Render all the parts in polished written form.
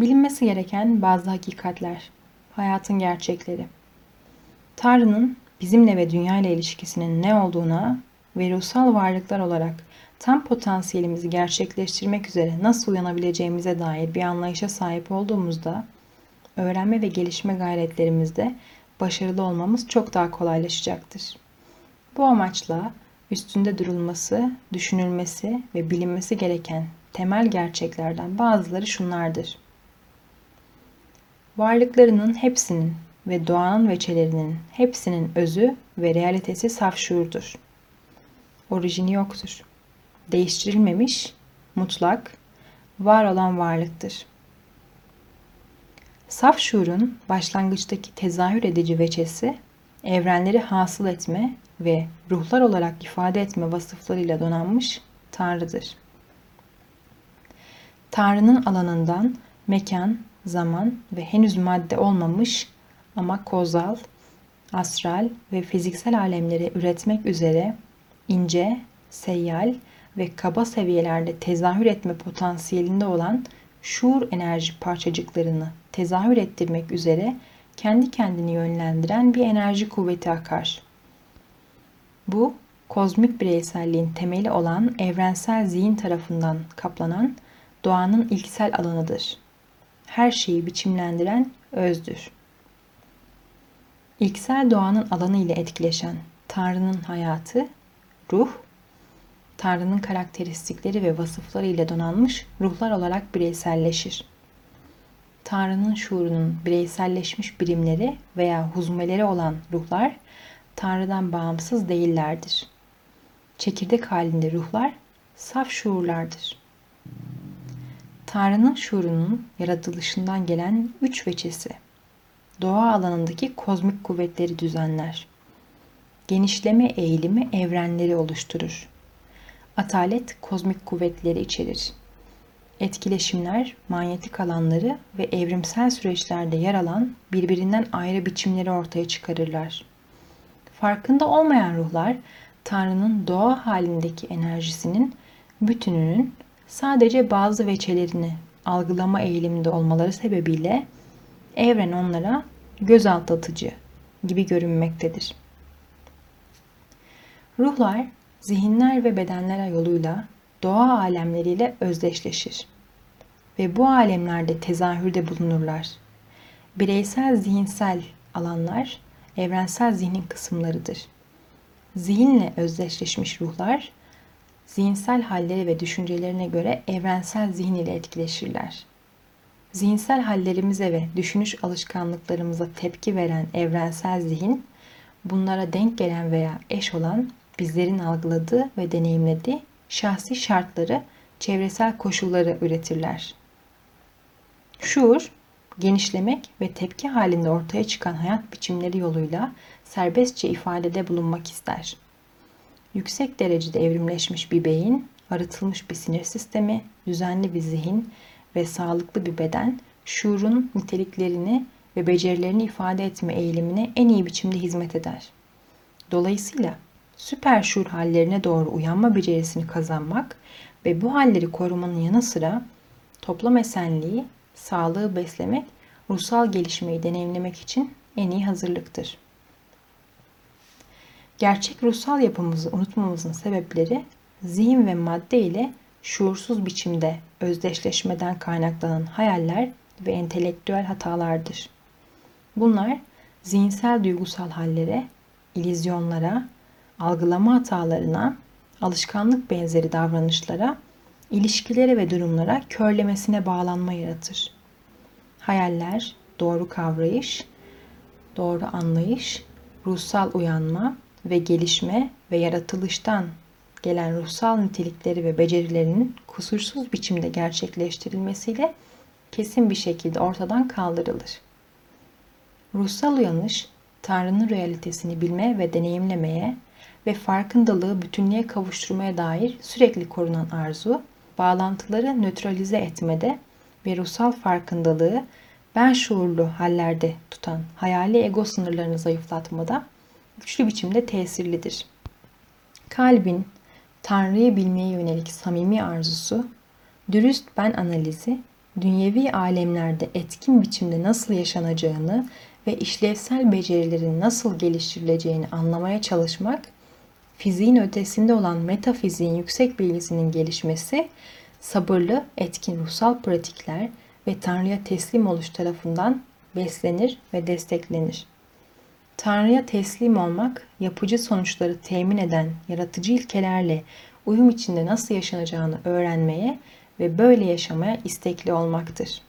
Bilinmesi gereken bazı hakikatler, hayatın gerçekleri. Tanrı'nın bizimle ve dünya ile ilişkisinin ne olduğuna ve ruhsal varlıklar olarak tam potansiyelimizi gerçekleştirmek üzere nasıl uyanabileceğimize dair bir anlayışa sahip olduğumuzda, öğrenme ve gelişme gayretlerimizde başarılı olmamız çok daha kolaylaşacaktır. Bu amaçla üstünde durulması, düşünülmesi ve bilinmesi gereken temel gerçeklerden bazıları şunlardır. Varlıklarının hepsinin ve doğanın veçelerinin hepsinin özü ve realitesi saf şuurdur. Orijini yoktur. Değiştirilmemiş, mutlak, var olan varlıktır. Saf şuurun başlangıçtaki tezahür edici veçesi, evrenleri hasıl etme ve ruhlar olarak ifade etme vasıflarıyla donanmış Tanrı'dır. Tanrı'nın alanından mekan, zaman ve henüz madde olmamış ama kozal, astral ve fiziksel alemleri üretmek üzere ince, seyyal ve kaba seviyelerde tezahür etme potansiyelinde olan şuur enerji parçacıklarını tezahür ettirmek üzere kendi kendini yönlendiren bir enerji kuvveti akar. Bu, kozmik bireyselliğin temeli olan evrensel zihin tarafından kaplanan doğanın ilksel alanıdır. Her şeyi biçimlendiren özdür. İlksel doğanın alanı ile etkileşen Tanrı'nın hayatı, ruh, Tanrı'nın karakteristikleri ve vasıfları ile donanmış ruhlar olarak bireyselleşir. Tanrı'nın şuurunun bireyselleşmiş birimleri veya huzmeleri olan ruhlar, Tanrı'dan bağımsız değillerdir. Çekirdek halinde ruhlar, saf şuurlardır. Tanrı'nın şuurunun yaratılışından gelen üç veçesi, doğa alanındaki kozmik kuvvetleri düzenler. Genişleme eğilimi evrenleri oluşturur. Atalet kozmik kuvvetleri içerir. Etkileşimler, manyetik alanları ve evrimsel süreçlerde yer alan birbirinden ayrı biçimleri ortaya çıkarırlar. Farkında olmayan ruhlar, Tanrı'nın doğa halindeki enerjisinin bütününün sadece bazı veçelerini algılama eğiliminde olmaları sebebiyle evren onlara göz aldatıcı gibi görünmektedir. Ruhlar, zihinler ve bedenler yoluyla doğa alemleriyle özdeşleşir ve bu alemlerde tezahürde bulunurlar. Bireysel zihinsel alanlar, evrensel zihnin kısımlarıdır. Zihinle özdeşleşmiş ruhlar, zihinsel halleri ve düşüncelerine göre evrensel zihin ile etkileşirler. Zihinsel hallerimize ve düşünüş alışkanlıklarımıza tepki veren evrensel zihin, bunlara denk gelen veya eş olan bizlerin algıladığı ve deneyimlediği şahsi şartları, çevresel koşulları üretirler. Şuur, genişlemek ve tepki halinde ortaya çıkan hayat biçimleri yoluyla serbestçe ifadede bulunmak ister. Yüksek derecede evrimleşmiş bir beyin, arıtılmış bir sinir sistemi, düzenli bir zihin ve sağlıklı bir beden, şuurun niteliklerini ve becerilerini ifade etme eğilimine en iyi biçimde hizmet eder. Dolayısıyla süper şuur hallerine doğru uyanma becerisini kazanmak ve bu halleri korumanın yanı sıra toplam esenliği, sağlığı beslemek, ruhsal gelişmeyi deneyimlemek için en iyi hazırlıktır. Gerçek ruhsal yapımızı unutmamızın sebepleri zihin ve madde ile şuursuz biçimde özdeşleşmeden kaynaklanan hayaller ve entelektüel hatalardır. Bunlar zihinsel duygusal hallere, illüzyonlara, algılama hatalarına, alışkanlık benzeri davranışlara, ilişkilere ve durumlara körlemesine bağlanma yaratır. Hayaller, doğru kavrayış, doğru anlayış, ruhsal uyanma ve gelişme ve yaratılıştan gelen ruhsal nitelikleri ve becerilerinin kusursuz biçimde gerçekleştirilmesiyle kesin bir şekilde ortadan kaldırılır. Ruhsal uyanış, Tanrı'nın realitesini bilme ve deneyimlemeye ve farkındalığı bütünlüğe kavuşturmaya dair sürekli korunan arzu, bağlantıları nötralize etmede ve ruhsal farkındalığı ben şuurlu hallerde tutan hayali ego sınırlarını zayıflatmada güçlü biçimde tesirlidir. Kalbin Tanrı'yı bilmeye yönelik samimi arzusu, dürüst ben analizi dünyevi alemlerde etkin biçimde nasıl yaşanacağını ve işlevsel becerilerin nasıl geliştirileceğini anlamaya çalışmak, fiziğin ötesinde olan metafiziğin yüksek bilgisinin gelişmesi, sabırlı, etkin ruhsal pratikler ve Tanrı'ya teslim oluş tarafından beslenir ve desteklenir. Tanrı'ya teslim olmak, yapıcı sonuçları temin eden yaratıcı ilkelerle uyum içinde nasıl yaşanacağını öğrenmeye ve böyle yaşamaya istekli olmaktır.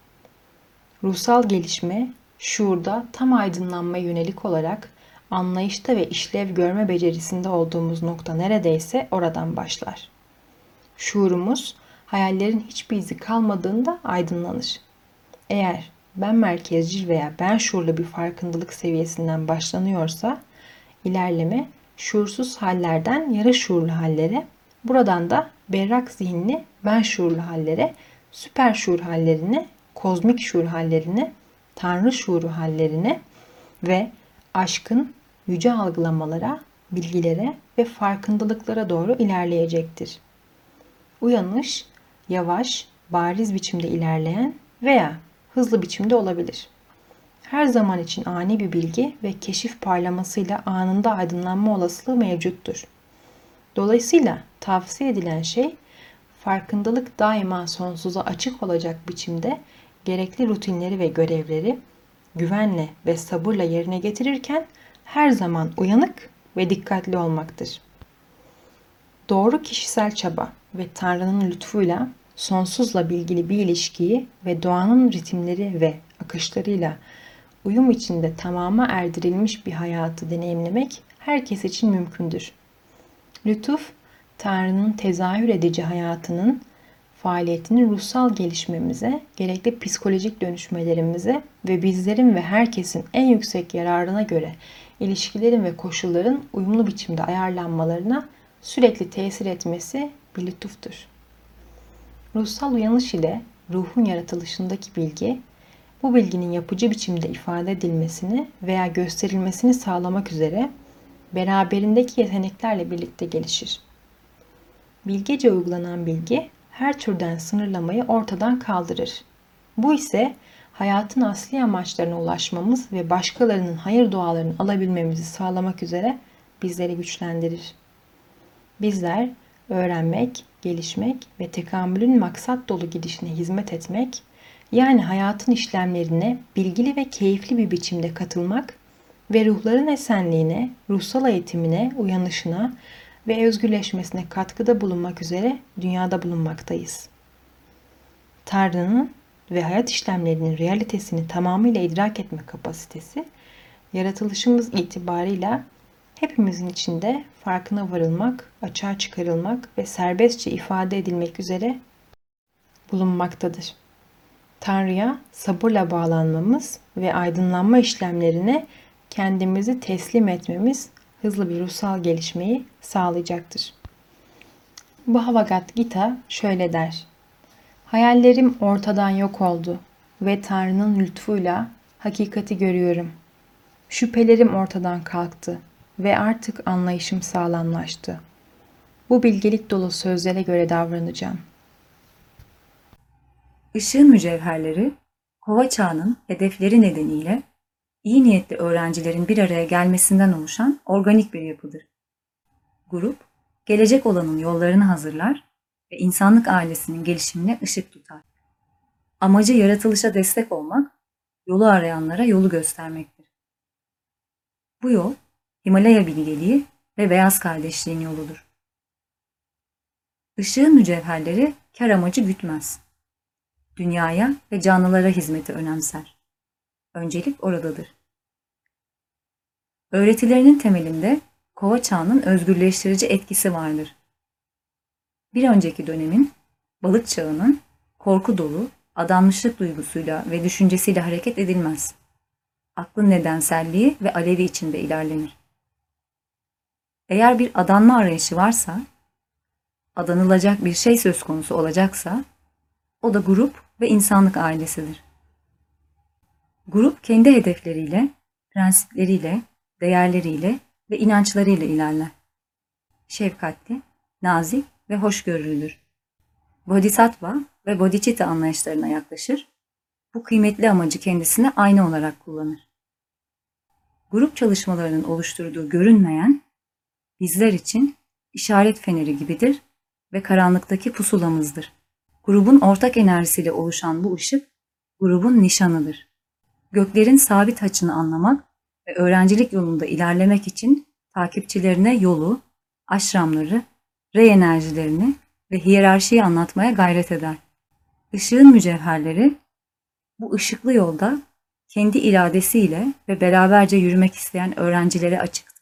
Ruhsal gelişme, şuurda tam aydınlanmaya yönelik olarak anlayışta ve işlev görme becerisinde olduğumuz nokta neredeyse oradan başlar. Şuurumuz, hayallerin hiçbir izi kalmadığında aydınlanır. Eğer ben merkezcil veya ben şuurlu bir farkındalık seviyesinden başlanıyorsa, ilerleme şuursuz hallerden yarı şuurlu hallere, buradan da berrak zihinli ben şuurlu hallere, süper şuur hallerine, kozmik şuur hallerine, tanrı şuuru hallerine ve aşkın yüce algılamalara, bilgilere ve farkındalıklara doğru ilerleyecektir. Uyanış, yavaş, bariz biçimde ilerleyen veya hızlı biçimde olabilir. Her zaman için ani bir bilgi ve keşif parlamasıyla anında aydınlanma olasılığı mevcuttur. Dolayısıyla tavsiye edilen şey, farkındalık daima sonsuza açık olacak biçimde gerekli rutinleri ve görevleri güvenle ve sabırla yerine getirirken her zaman uyanık ve dikkatli olmaktır. Doğru kişisel çaba ve Tanrı'nın lütfuyla sonsuzla bilgili bir ilişkiyi ve doğanın ritimleri ve akışlarıyla uyum içinde tamama erdirilmiş bir hayatı deneyimlemek herkes için mümkündür. Lütuf, Tanrı'nın tezahür edici hayatının faaliyetini ruhsal gelişmemize, gerekli psikolojik dönüşmelerimize ve bizlerin ve herkesin en yüksek yararına göre ilişkilerin ve koşulların uyumlu biçimde ayarlanmalarına sürekli tesir etmesi bir lütuftur. Ruhsal uyanış ile ruhun yaratılışındaki bilgi, bu bilginin yapıcı biçimde ifade edilmesini veya gösterilmesini sağlamak üzere beraberindeki yeteneklerle birlikte gelişir. Bilgece uygulanan bilgi her türden sınırlamayı ortadan kaldırır. Bu ise hayatın asli amaçlarına ulaşmamız ve başkalarının hayır dualarını alabilmemizi sağlamak üzere bizleri güçlendirir. Bizler öğrenmek, gelişmek ve tekamülün maksat dolu gidişine hizmet etmek, yani hayatın işlemlerine bilgili ve keyifli bir biçimde katılmak ve ruhların esenliğine, ruhsal eğitimine, uyanışına ve özgürleşmesine katkıda bulunmak üzere dünyada bulunmaktayız. Tanrı'nın ve hayat işlemlerinin realitesini tamamıyla idrak etme kapasitesi, yaratılışımız itibarıyla hepimizin içinde farkına varılmak, açığa çıkarılmak ve serbestçe ifade edilmek üzere bulunmaktadır. Tanrı'ya sabırla bağlanmamız ve aydınlanma işlemlerine kendimizi teslim etmemiz hızlı bir ruhsal gelişmeyi sağlayacaktır. Bhagavad Gita şöyle der: Hayallerim ortadan yok oldu ve Tanrı'nın lütfuyla hakikati görüyorum. Şüphelerim ortadan kalktı ve artık anlayışım sağlamlaştı. Bu bilgelik dolu sözlere göre davranacağım. Işığın mücevherleri, Kova çağının hedefleri nedeniyle iyi niyetli öğrencilerin bir araya gelmesinden oluşan organik bir yapıdır. Grup, gelecek olanın yollarını hazırlar ve insanlık ailesinin gelişimine ışık tutar. Amacı yaratılışa destek olmak, yolu arayanlara yolu göstermektir. Bu yol, Himalaya bilgeliği ve beyaz kardeşliğin yoludur. Işığın mücevherleri kar amacı gütmez. Dünyaya ve canlılara hizmeti önemser. Öncelik oradadır. Öğretilerinin temelinde Kova çağının özgürleştirici etkisi vardır. Bir önceki dönemin, balık çağının korku dolu, adanmışlık duygusuyla ve düşüncesiyle hareket edilmez. Aklın nedenselliği ve alevi içinde ilerlenir. Eğer bir adanma arayışı varsa, adanılacak bir şey söz konusu olacaksa, o da grup ve insanlık ailesidir. Grup kendi hedefleriyle, prensipleriyle, değerleriyle ve inançlarıyla ilerler. Şefkatli, nazik ve hoşgörülüdür. Bodhisattva ve Bodhicitta anlayışlarına yaklaşır. Bu kıymetli amacı kendisine ayna olarak kullanır. Grup çalışmalarının oluşturduğu görünmeyen, bizler için işaret feneri gibidir ve karanlıktaki pusulamızdır. Grubun ortak enerjisiyle oluşan bu ışık, grubun nişanıdır. Göklerin sabit açını anlamak ve öğrencilik yolunda ilerlemek için takipçilerine yolu, aşramları, rey enerjilerini ve hiyerarşiyi anlatmaya gayret eder. Işığın mücevherleri bu ışıklı yolda kendi iradesiyle ve beraberce yürümek isteyen öğrencilere açıktır.